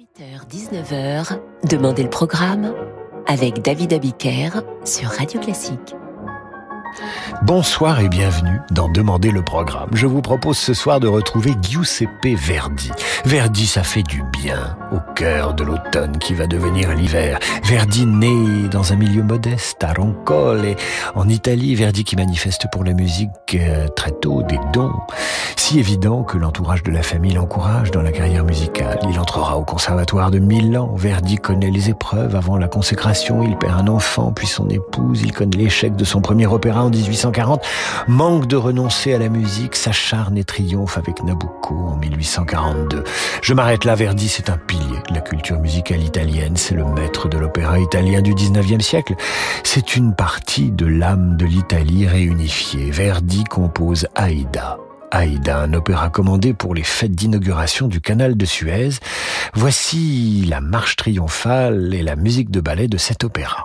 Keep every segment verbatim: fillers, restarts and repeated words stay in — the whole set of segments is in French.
dix-huit heures dix-neuf heures, Demandez le programme avec David Abiker sur Radio Classique. Bonsoir et bienvenue dans Demandez le programme. Je vous propose ce soir de retrouver Giuseppe Verdi. Verdi, ça fait du bien au cœur de l'automne qui va devenir l'hiver. Verdi né dans un milieu modeste à Roncole, en Italie. Verdi qui manifeste pour la musique euh, très tôt des dons. Si évident que l'entourage de la famille l'encourage dans la carrière musicale. Il entrera au conservatoire de Milan. Verdi connaît les épreuves avant la consécration. Il perd un enfant, puis son épouse. Il connaît l'échec de son premier opéra en dix-huit cent quarante, manque de renoncer à la musique, s'acharne et triomphe avec Nabucco en mille huit cent quarante-deux. Je m'arrête là, Verdi, c'est un pilier de la culture musicale italienne, c'est le maître de l'opéra italien du dix-neuvième siècle. C'est une partie de l'âme de l'Italie réunifiée. Verdi compose Aïda. Aïda, un opéra commandé pour les fêtes d'inauguration du canal de Suez. Voici la marche triomphale et la musique de ballet de cet opéra.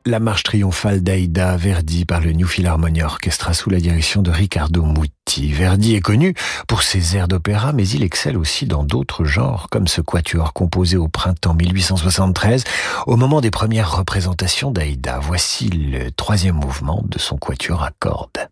La marche triomphale d'Aïda, Verdi par le New Philharmonia Orchestra sous la direction de Riccardo Muti. Verdi est connu pour ses airs d'opéra, mais il excelle aussi dans d'autres genres, comme ce quatuor composé au printemps mille huit cent soixante-treize, au moment des premières représentations d'Aïda. Voici le troisième mouvement de son quatuor à cordes.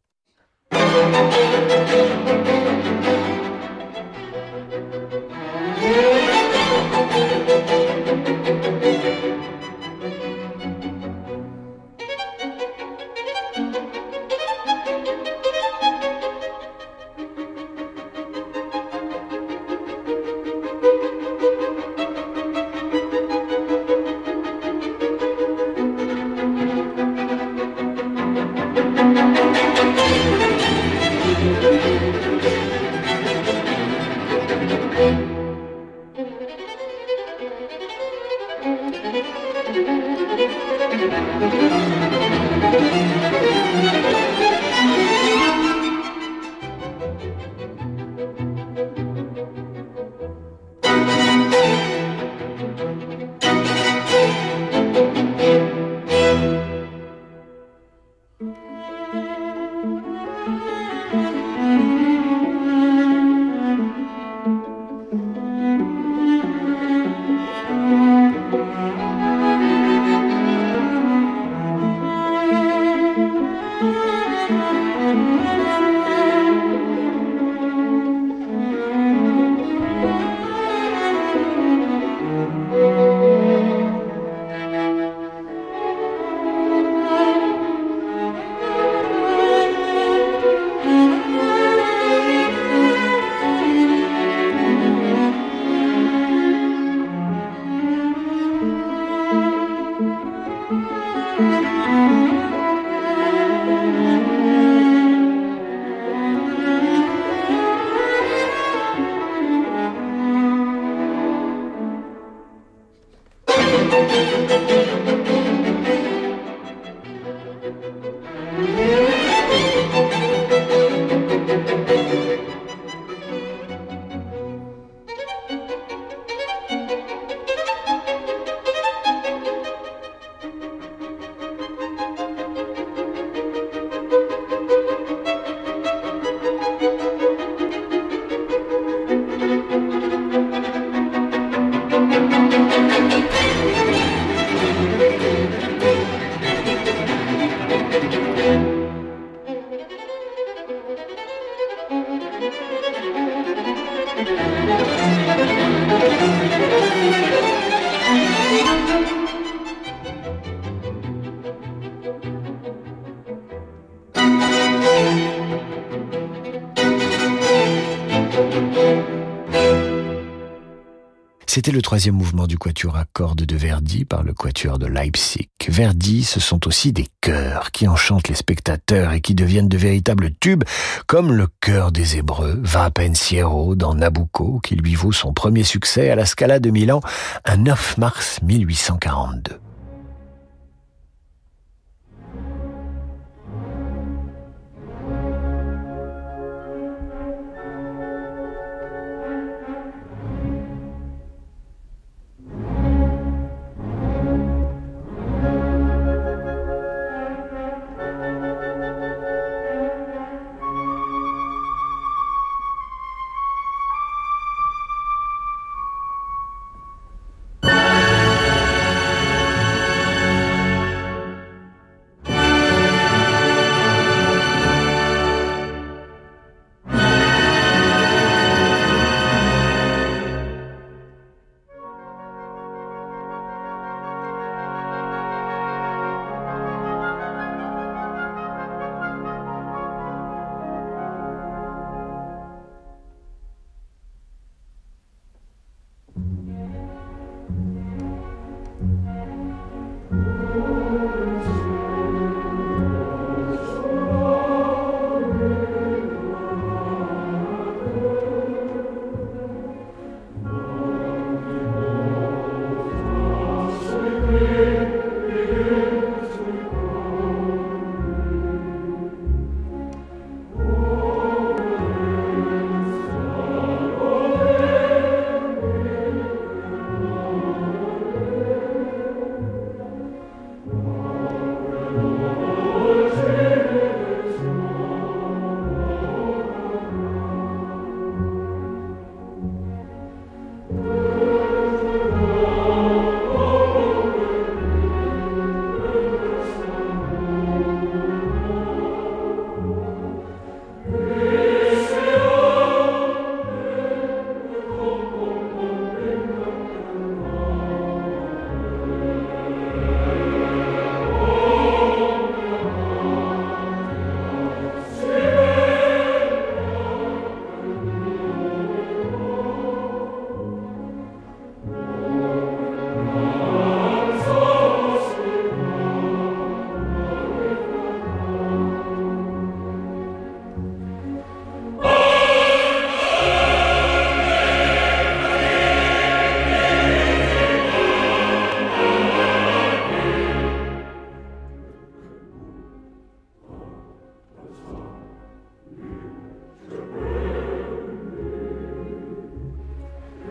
C'était le troisième mouvement du quatuor à cordes de Verdi par le quatuor de Leipzig. Verdi, ce sont aussi des chœurs qui enchantent les spectateurs et qui deviennent de véritables tubes, comme le chœur des Hébreux, Va Pensiero dans Nabucco, qui lui vaut son premier succès à la Scala de Milan un neuf mars mille huit cent quarante-deux.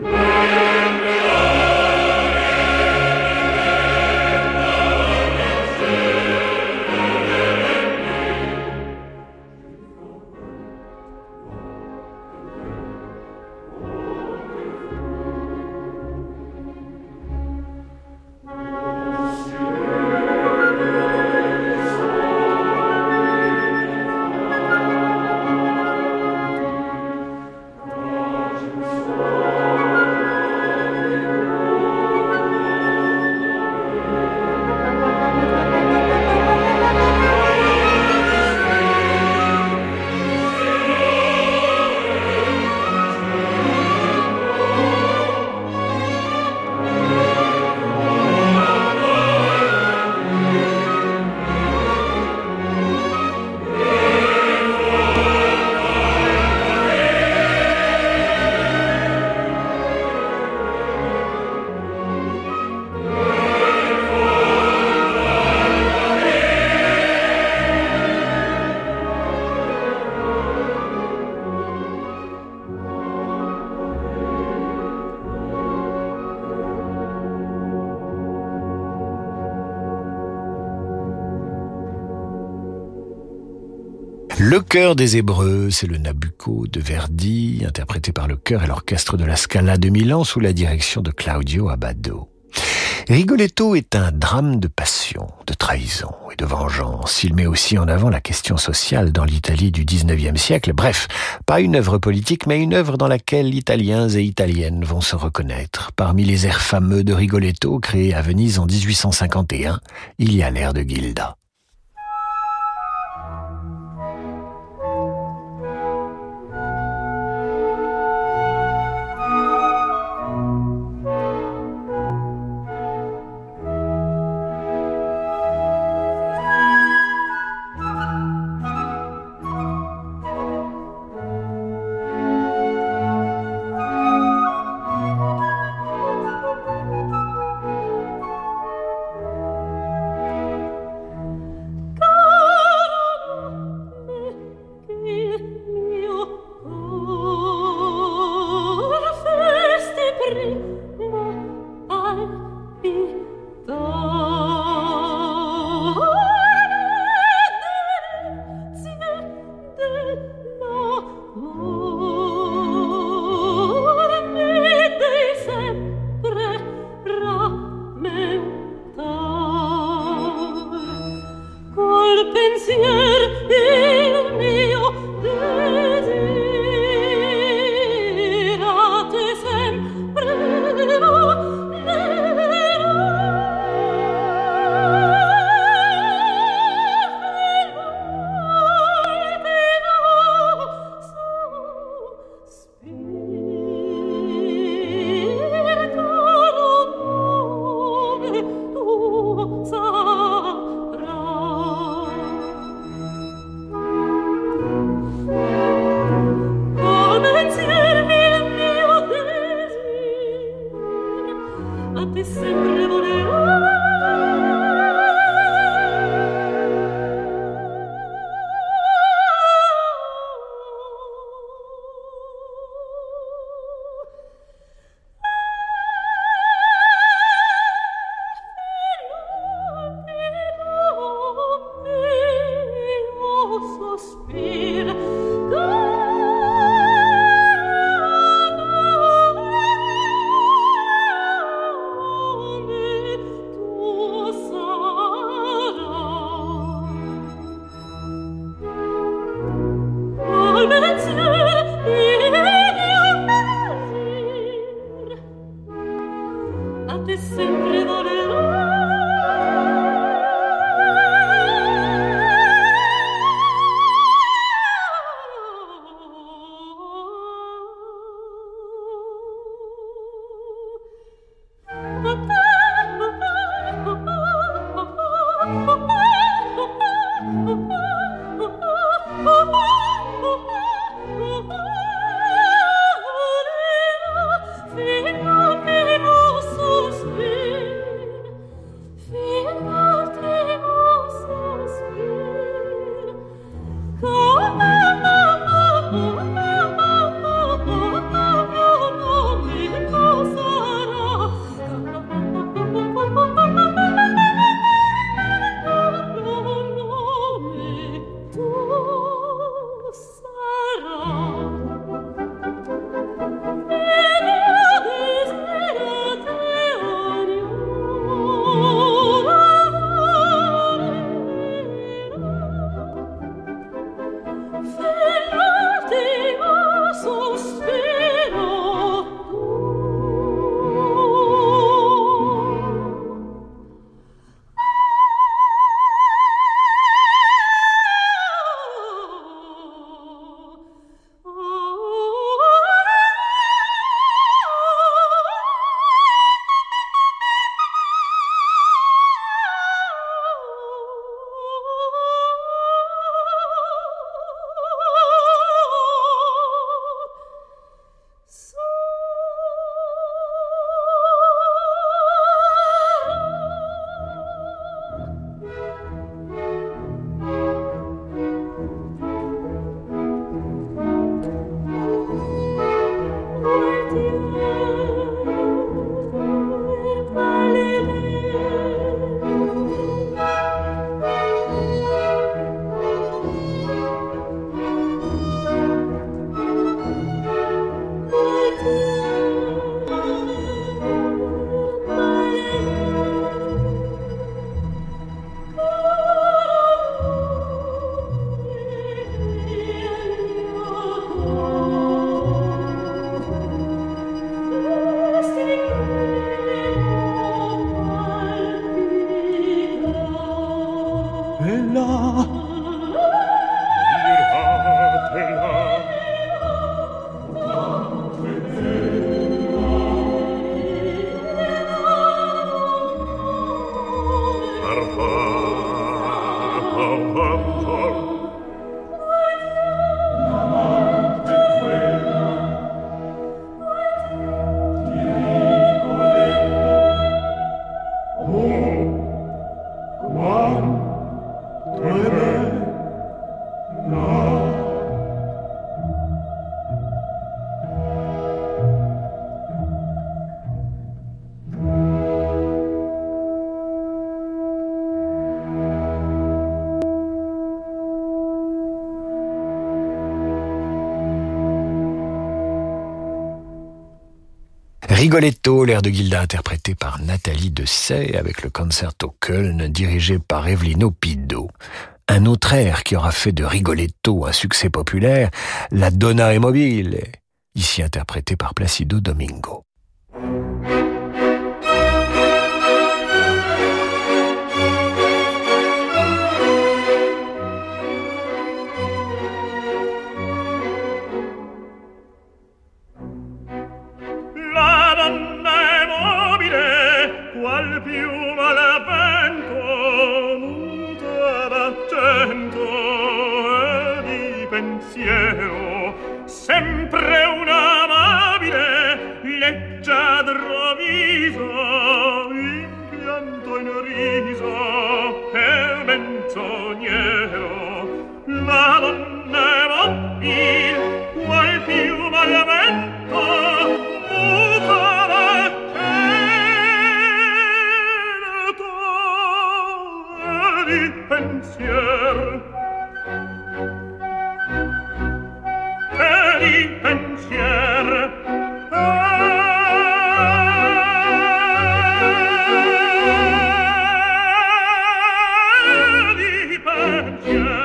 Le chœur des Hébreux, c'est le Nabucco de Verdi, interprété par le chœur et l'orchestre de la Scala de Milan sous la direction de Claudio Abbado. Rigoletto est un drame de passion, de trahison et de vengeance. Il met aussi en avant la question sociale dans l'Italie du dix-neuvième siècle. Bref, pas une œuvre politique, mais une œuvre dans laquelle Italiens et Italiennes vont se reconnaître. Parmi les airs fameux de Rigoletto, créés à Venise en dix-huit cent cinquante et un, il y a l'air de Gilda. Oh, Rigoletto, l'air de Gilda interprété par Nathalie Dessay avec le Concerto Köln dirigé par Evelino Pido. Un autre air qui aura fait de Rigoletto un succès populaire, La Donna è mobile, ici interprété par Placido Domingo. Sempre un amabile, leggiadro viso, impianto in riso e menzognero. La donna è mobile, qual piuma al vento, muta d'accento e di pensier. Di pensier e di pensier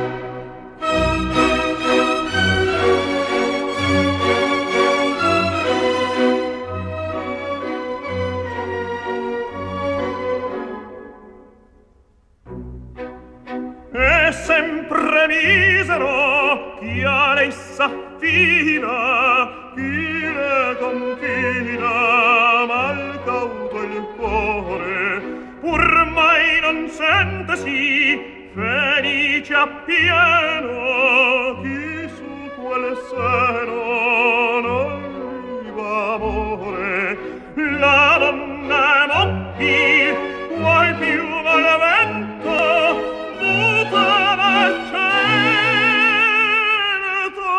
è sempre misero chi a lei s'affina, chi le confina, mal cauto il cuore, pur mai non sentesi felice appieno, chi su quel seno non viva amore. La donna è mobile, qual piuma al vento, muta d'accento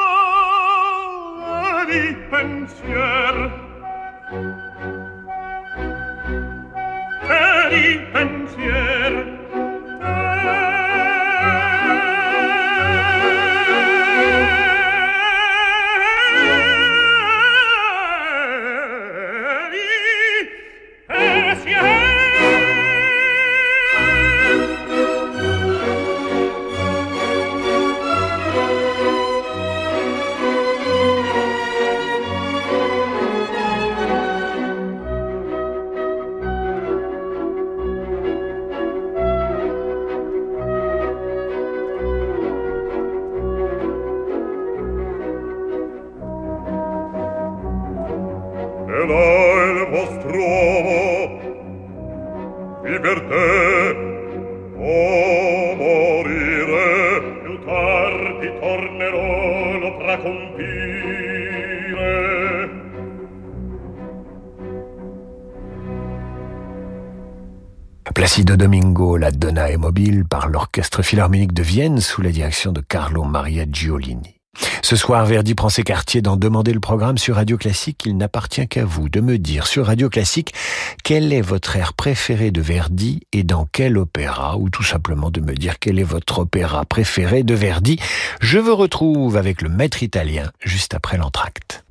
di pensier e di pensier Placido Domingo, La Donna è mobile par l'Orchestre Philharmonique de Vienne sous la direction de Carlo Maria Giolini. Ce soir, Verdi prend ses quartiers dans Demander le programme sur Radio Classique. Il n'appartient qu'à vous de me dire sur Radio Classique quel est votre air préféré de Verdi et dans quel opéra, ou tout simplement de me dire quel est votre opéra préféré de Verdi. Je vous retrouve avec le maître italien juste après l'entracte.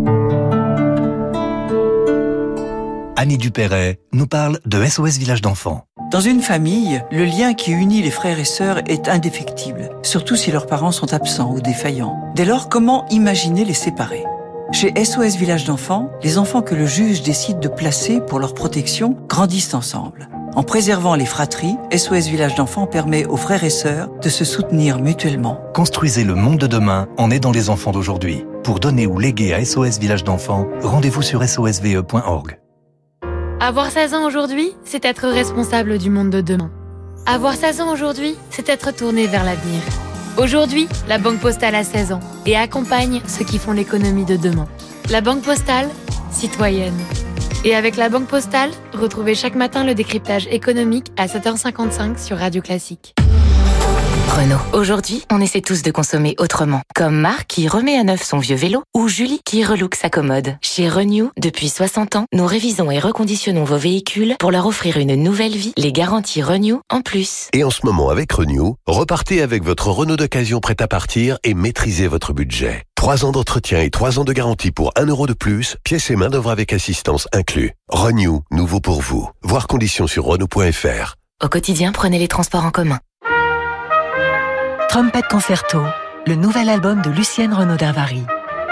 Annie Dupéret nous parle de S O S Village d'enfants. Dans une famille, le lien qui unit les frères et sœurs est indéfectible, surtout si leurs parents sont absents ou défaillants. Dès lors, comment imaginer les séparer ? Chez S O S Village d'enfants, les enfants que le juge décide de placer pour leur protection grandissent ensemble. En préservant les fratries, S O S Village d'enfants permet aux frères et sœurs de se soutenir mutuellement. Construisez le monde de demain en aidant les enfants d'aujourd'hui. Pour donner ou léguer à S O S Village d'enfants, rendez-vous sur S O S V E point org. Avoir seize ans aujourd'hui, c'est être responsable du monde de demain. Avoir seize ans aujourd'hui, c'est être tourné vers l'avenir. Aujourd'hui, la Banque Postale a seize ans et accompagne ceux qui font l'économie de demain. La Banque Postale, citoyenne. Et avec la Banque Postale, retrouvez chaque matin le décryptage économique à sept heures cinquante-cinq sur Radio Classique. Renault. Aujourd'hui, on essaie tous de consommer autrement. Comme Marc qui remet à neuf son vieux vélo ou Julie qui relook sa commode. Chez Renew, depuis soixante ans, nous révisons et reconditionnons vos véhicules pour leur offrir une nouvelle vie. Les garanties Renew en plus. Et en ce moment, avec Renew, repartez avec votre Renault d'occasion prêt à partir et maîtrisez votre budget. Trois ans d'entretien et trois ans de garantie pour un euro de plus, pièces et main d'œuvre avec assistance inclus. Renew, nouveau pour vous. Voir conditions sur Renault point F R. Au quotidien, prenez les transports en commun. Trumpet Concerto, le nouvel album de Lucienne Renaud-Davary.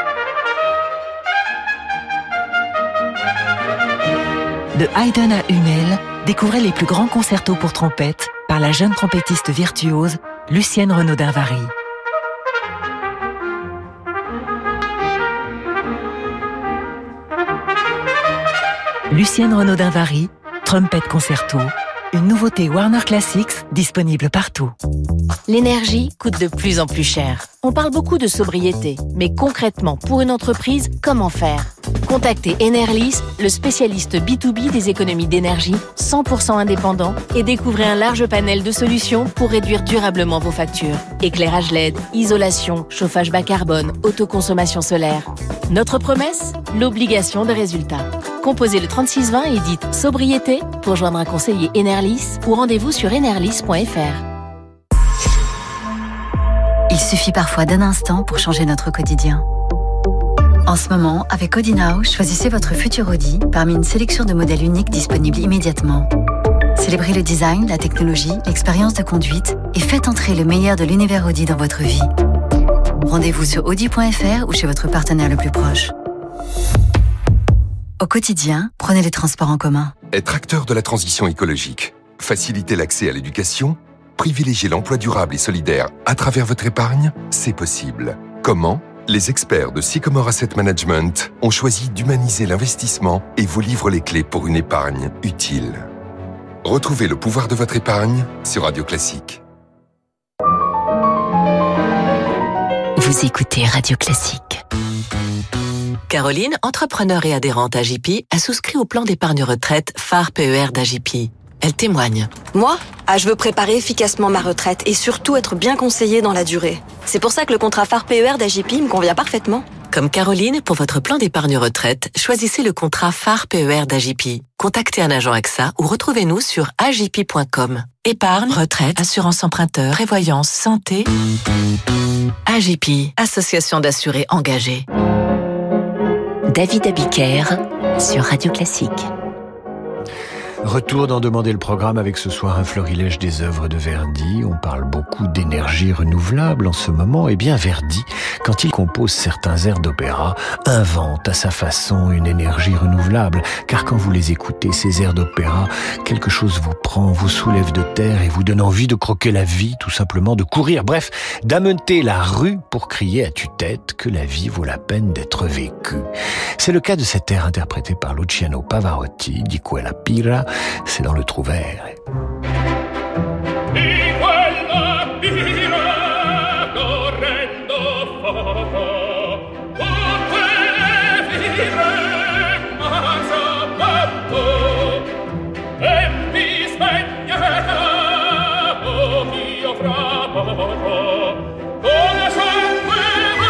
De Haydn à Hummel, découvrez les plus grands concertos pour trompette par la jeune trompettiste virtuose Lucienne Renaud-Davary. Lucienne Renaud-Davary, Trumpet Concerto, une nouveauté Warner Classics disponible partout. L'énergie coûte de plus en plus cher. On parle beaucoup de sobriété, mais concrètement, pour une entreprise, comment faire ? Contactez Enerlis, le spécialiste B deux B des économies d'énergie, cent pour cent indépendant, et découvrez un large panel de solutions pour réduire durablement vos factures. Éclairage L E D, isolation, chauffage bas carbone, autoconsommation solaire. Notre promesse ? L'obligation de résultat. Composez le trente-six vingt et dites « sobriété » pour joindre un conseiller Enerlis ou rendez-vous sur enerlis point F R. Il suffit parfois d'un instant pour changer notre quotidien. En ce moment, avec Audi Now, choisissez votre futur Audi parmi une sélection de modèles uniques disponibles immédiatement. Célébrez le design, la technologie, l'expérience de conduite et faites entrer le meilleur de l'univers Audi dans votre vie. Rendez-vous sur audi point F R ou chez votre partenaire le plus proche. Au quotidien, prenez les transports en commun. Être acteur de la transition écologique, faciliter l'accès à l'éducation, privilégier l'emploi durable et solidaire à travers votre épargne, c'est possible. Comment ? Les experts de Sycomore Asset Management ont choisi d'humaniser l'investissement et vous livrent les clés pour une épargne utile. Retrouvez le pouvoir de votre épargne sur Radio Classique. Vous écoutez Radio Classique. Caroline, entrepreneure et adhérente à J P, a souscrit au plan d'épargne retraite Phare P E R d'A J P. Elle témoigne. Moi, ah, je veux préparer efficacement ma retraite et surtout être bien conseillée dans la durée. C'est pour ça que le contrat Phare P E R d'A J P me convient parfaitement. Comme Caroline, pour votre plan d'épargne retraite, choisissez le contrat Phare P E R d'A J P. Contactez un agent A X A ou retrouvez-nous sur a j p point com. Épargne, retraite, assurance emprunteur, prévoyance, santé. A J P, association d'assurés engagés. David Abiker sur Radio Classique. Retour d'en demander le programme avec ce soir un florilège des œuvres de Verdi. On parle beaucoup d'énergie renouvelable en ce moment. Eh bien, Verdi, quand il compose certains airs d'opéra, invente à sa façon une énergie renouvelable. Car quand vous les écoutez, ces airs d'opéra, quelque chose vous prend, vous soulève de terre et vous donne envie de croquer la vie, tout simplement de courir. Bref, d'ameuter la rue pour crier à tue-tête que la vie vaut la peine d'être vécue. C'est le cas de cet air interprété par Luciano Pavarotti, Di quella pira. C'est dans le Trouvert. Di quella pira correndo foto, tutte le fire a sabato, e mi spegnerà oh io fra poco, come sangue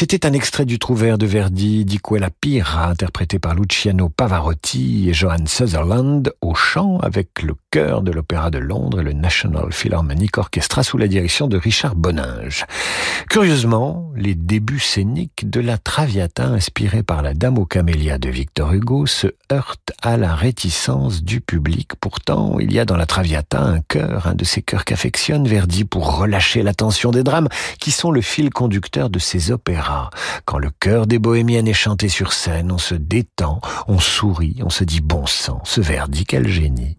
C'était un extrait du Trouvère de Verdi, Di quella pira, interprété par Luciano Pavarotti et Johan Sutherland au chant avec le chœur de l'Opéra de Londres et le National Philharmonic Orchestra sous la direction de Richard Boninge. Curieusement, les débuts scéniques de la Traviata inspirée par la Dame aux camélias de Victor Hugo se heurtent à la réticence du public. Pourtant, il y a dans la Traviata un chœur, un de ces chœurs qu'affectionne Verdi pour relâcher la tension des drames qui sont le fil conducteur de ses opéras. Quand le chœur des bohémiennes est chanté sur scène, on se détend, on sourit, on se dit bon sang, ce Verdi, quel génie.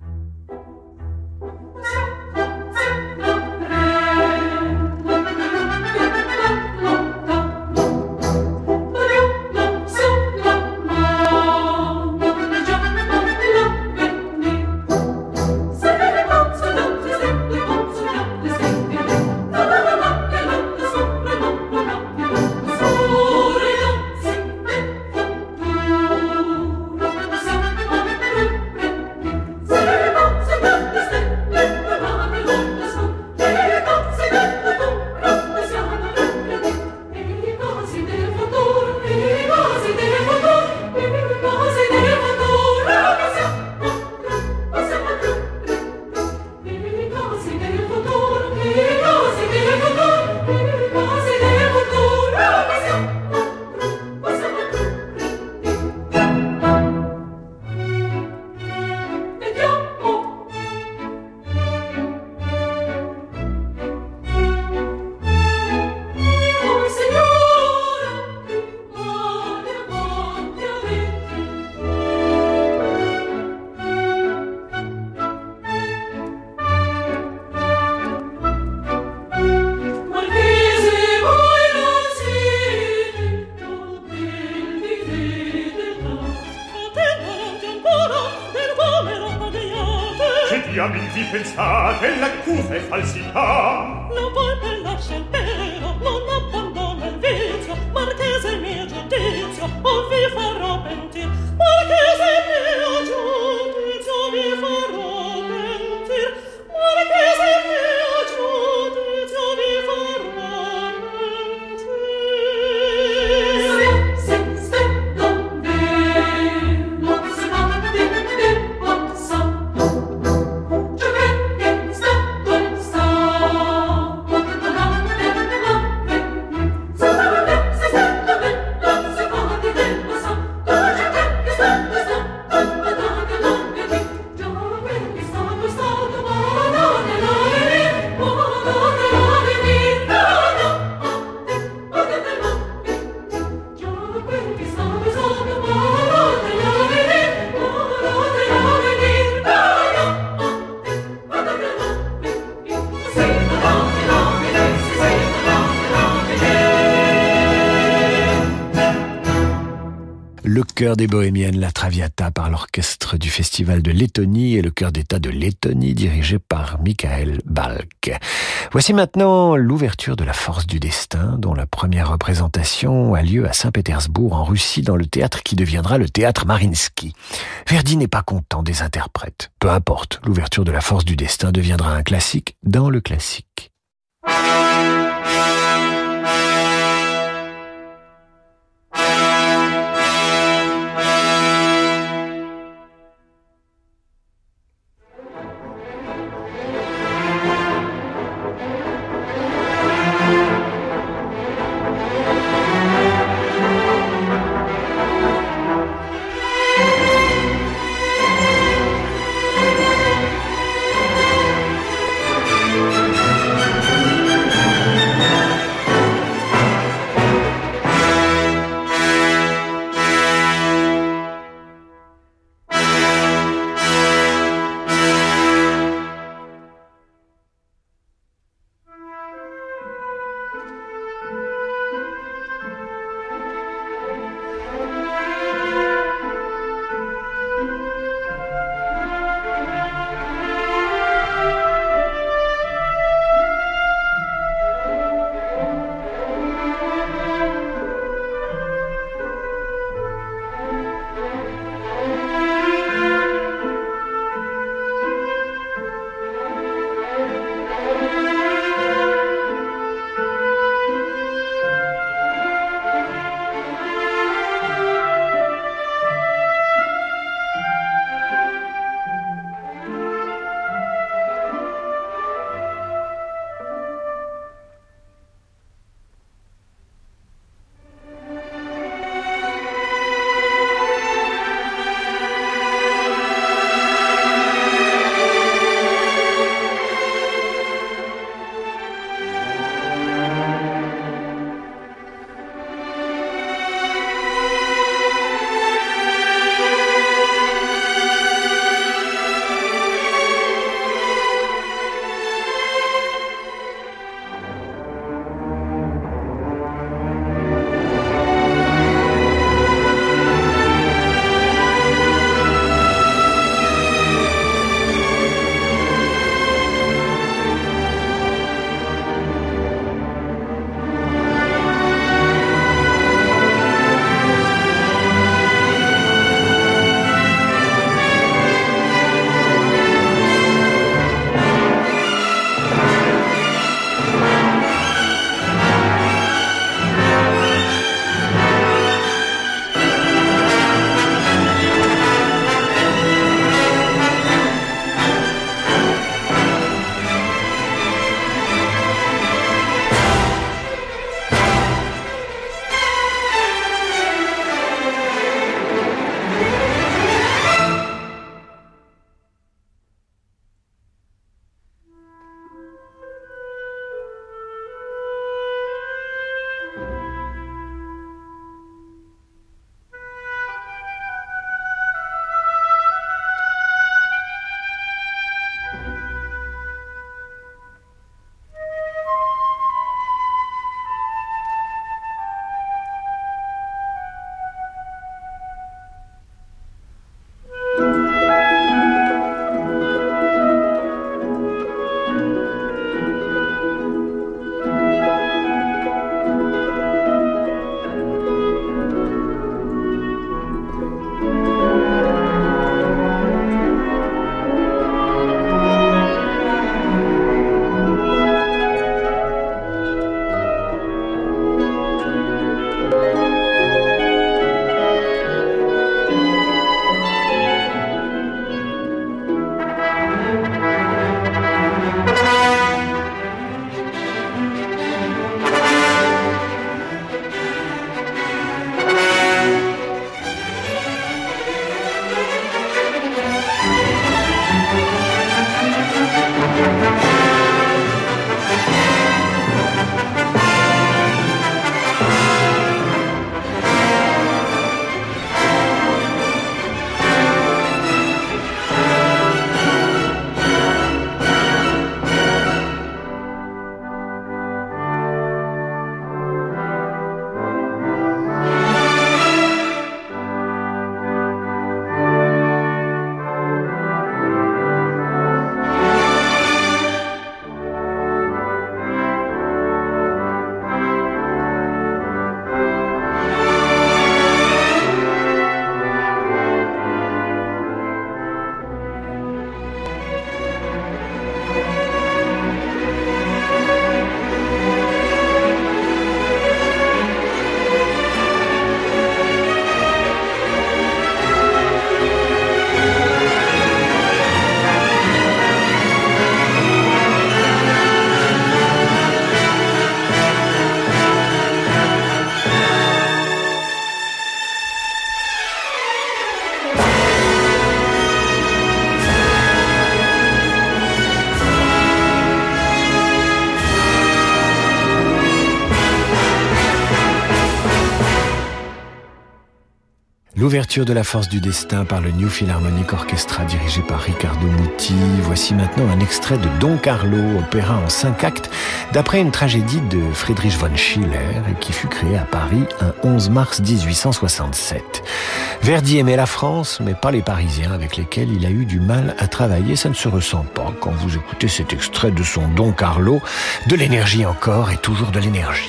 Diamanti pensate l'accusa è falsità. Non volpe lascia il vero, non abbandona il vizio. Marchese il mio giudizio, o vi farò pentir. Marchese il mio giudizio, vi farò pentir. Marchese il mio giudizio, vi farò pentir. Se, se, se, non vero, se non vero, possa. Le chœur des bohémiennes, la Traviata par l'orchestre du Festival de Lettonie et le chœur d'État de Lettonie dirigé par Michael Balk. Voici maintenant l'ouverture de La Force du Destin, dont la première représentation a lieu à Saint-Pétersbourg en Russie dans le théâtre qui deviendra le théâtre Mariinsky. Verdi n'est pas content des interprètes. Peu importe, l'ouverture de La Force du Destin deviendra un classique dans le classique. Thank you. L'ouverture de La Force du Destin par le New Philharmonic Orchestra dirigé par Riccardo Muti. Voici maintenant un extrait de Don Carlo, opéra en cinq actes, d'après une tragédie de Friedrich von Schiller et qui fut créée à Paris un onze mars dix-huit cent soixante-sept. Verdi aimait la France, mais pas les Parisiens avec lesquels il a eu du mal à travailler. Ça ne se ressent pas quand vous écoutez cet extrait de son Don Carlo. De l'énergie encore et toujours de l'énergie.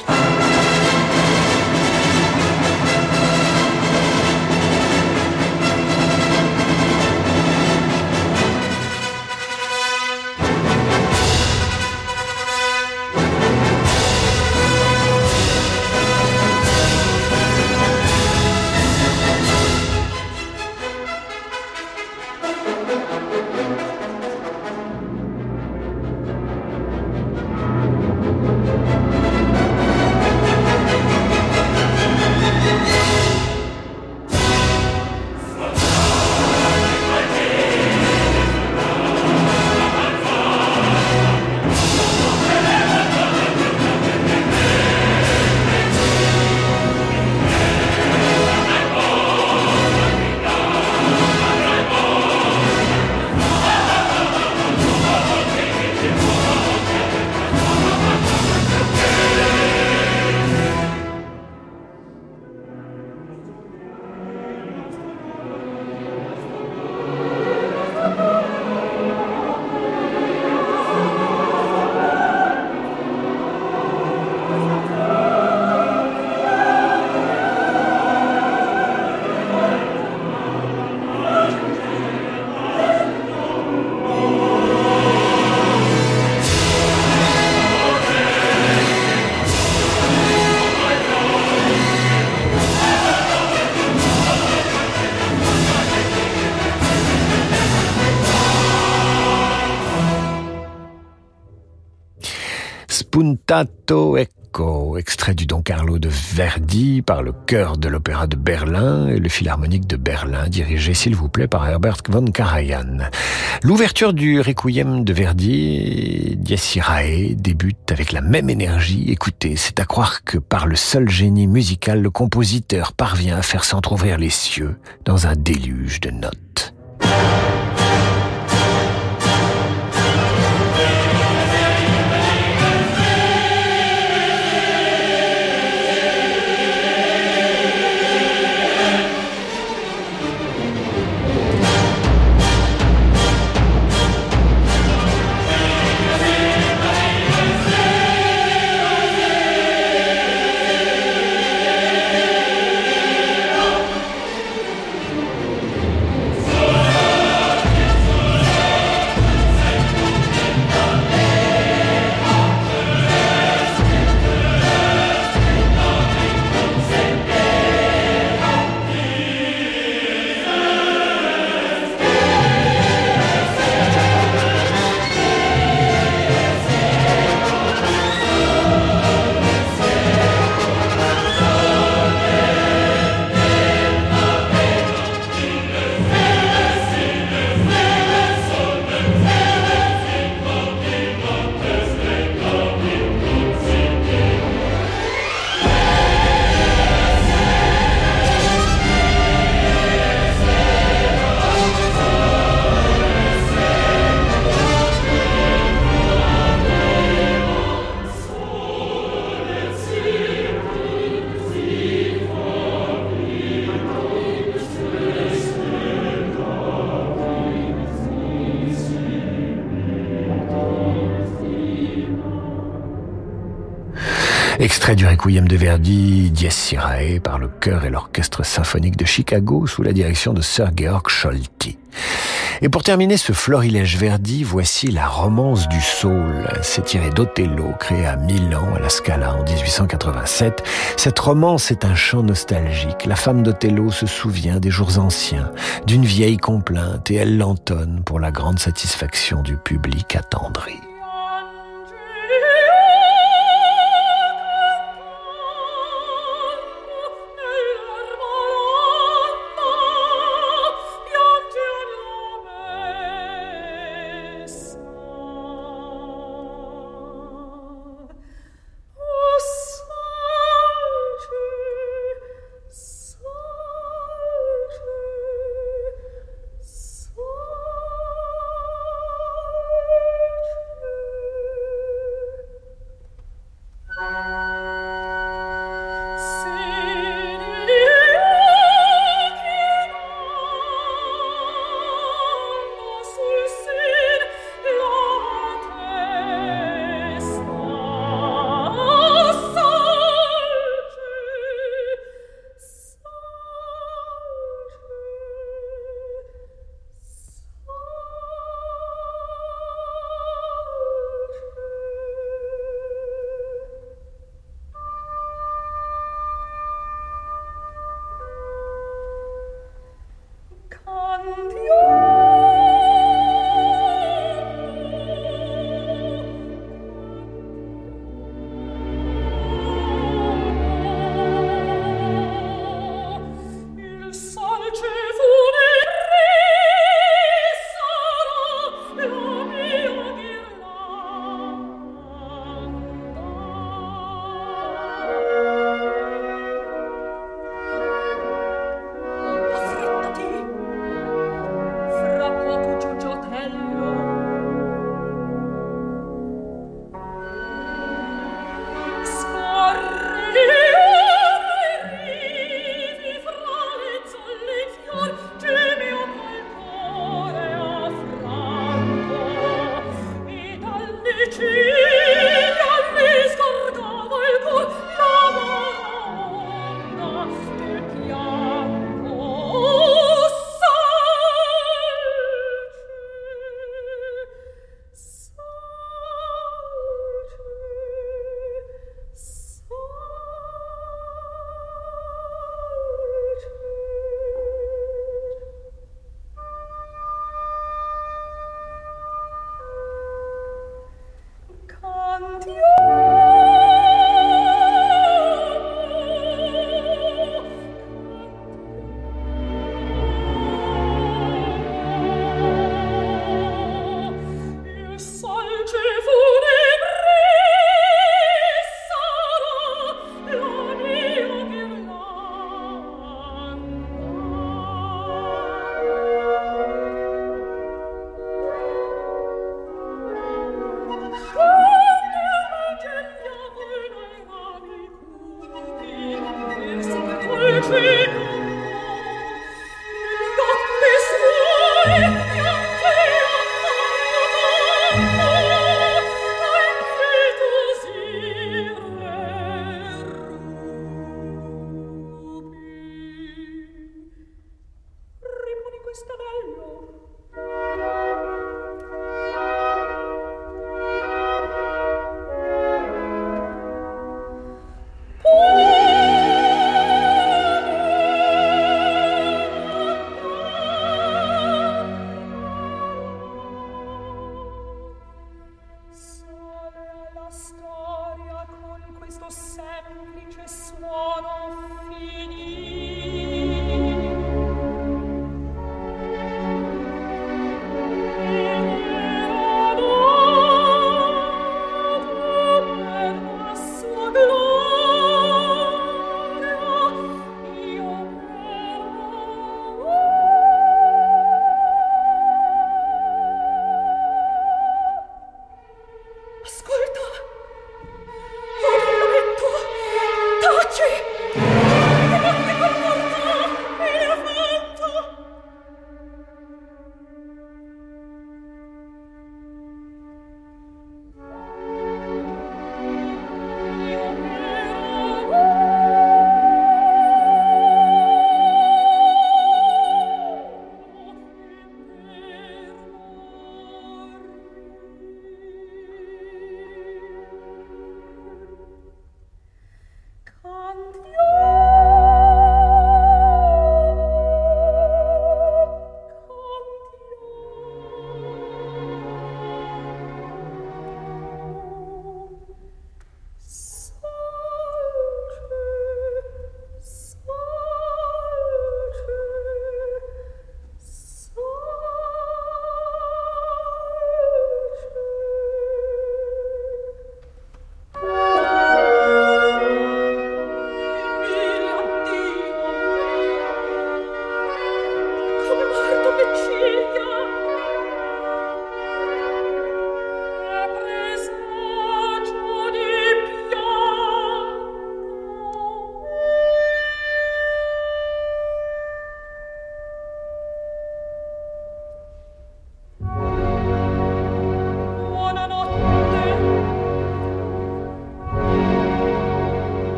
Spuntato Ecco, extrait du Don Carlo de Verdi par le chœur de l'Opéra de Berlin et le Philharmonique de Berlin, dirigé, s'il vous plaît, par Herbert von Karajan. L'ouverture du Requiem de Verdi, Dies Irae, débute avec la même énergie. Écoutez, c'est à croire que par le seul génie musical, le compositeur parvient à faire s'entrouvrir les cieux dans un déluge de notes. Extrait du Requiem de Verdi, Dies Irae, par le chœur et l'orchestre symphonique de Chicago sous la direction de Sir Georg Scholti. Et pour terminer ce florilège Verdi, voici la romance du saule. C'est tiré d'Othello, créé à Milan, à la Scala, en dix-huit cent quatre-vingt-sept. Cette romance est un chant nostalgique. La femme d'Othello se souvient des jours anciens, d'une vieille complainte, et elle l'entonne pour la grande satisfaction du public attendri.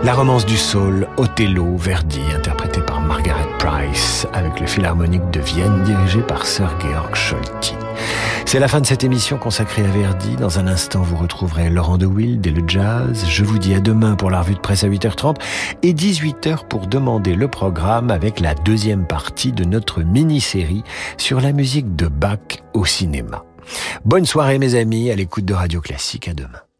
La romance du soul, Othello, Verdi, interprété par Margaret Price, avec le Philharmonique de Vienne, dirigé par Sir Georg Scholti. C'est la fin de cette émission consacrée à Verdi. Dans un instant, vous retrouverez Laurent de Wild et le jazz. Je vous dis à demain pour la revue de presse à huit heures trente et dix-huit heures pour demander le programme avec la deuxième partie de notre mini-série sur la musique de Bach au cinéma. Bonne soirée mes amis, à l'écoute de Radio Classique, à demain.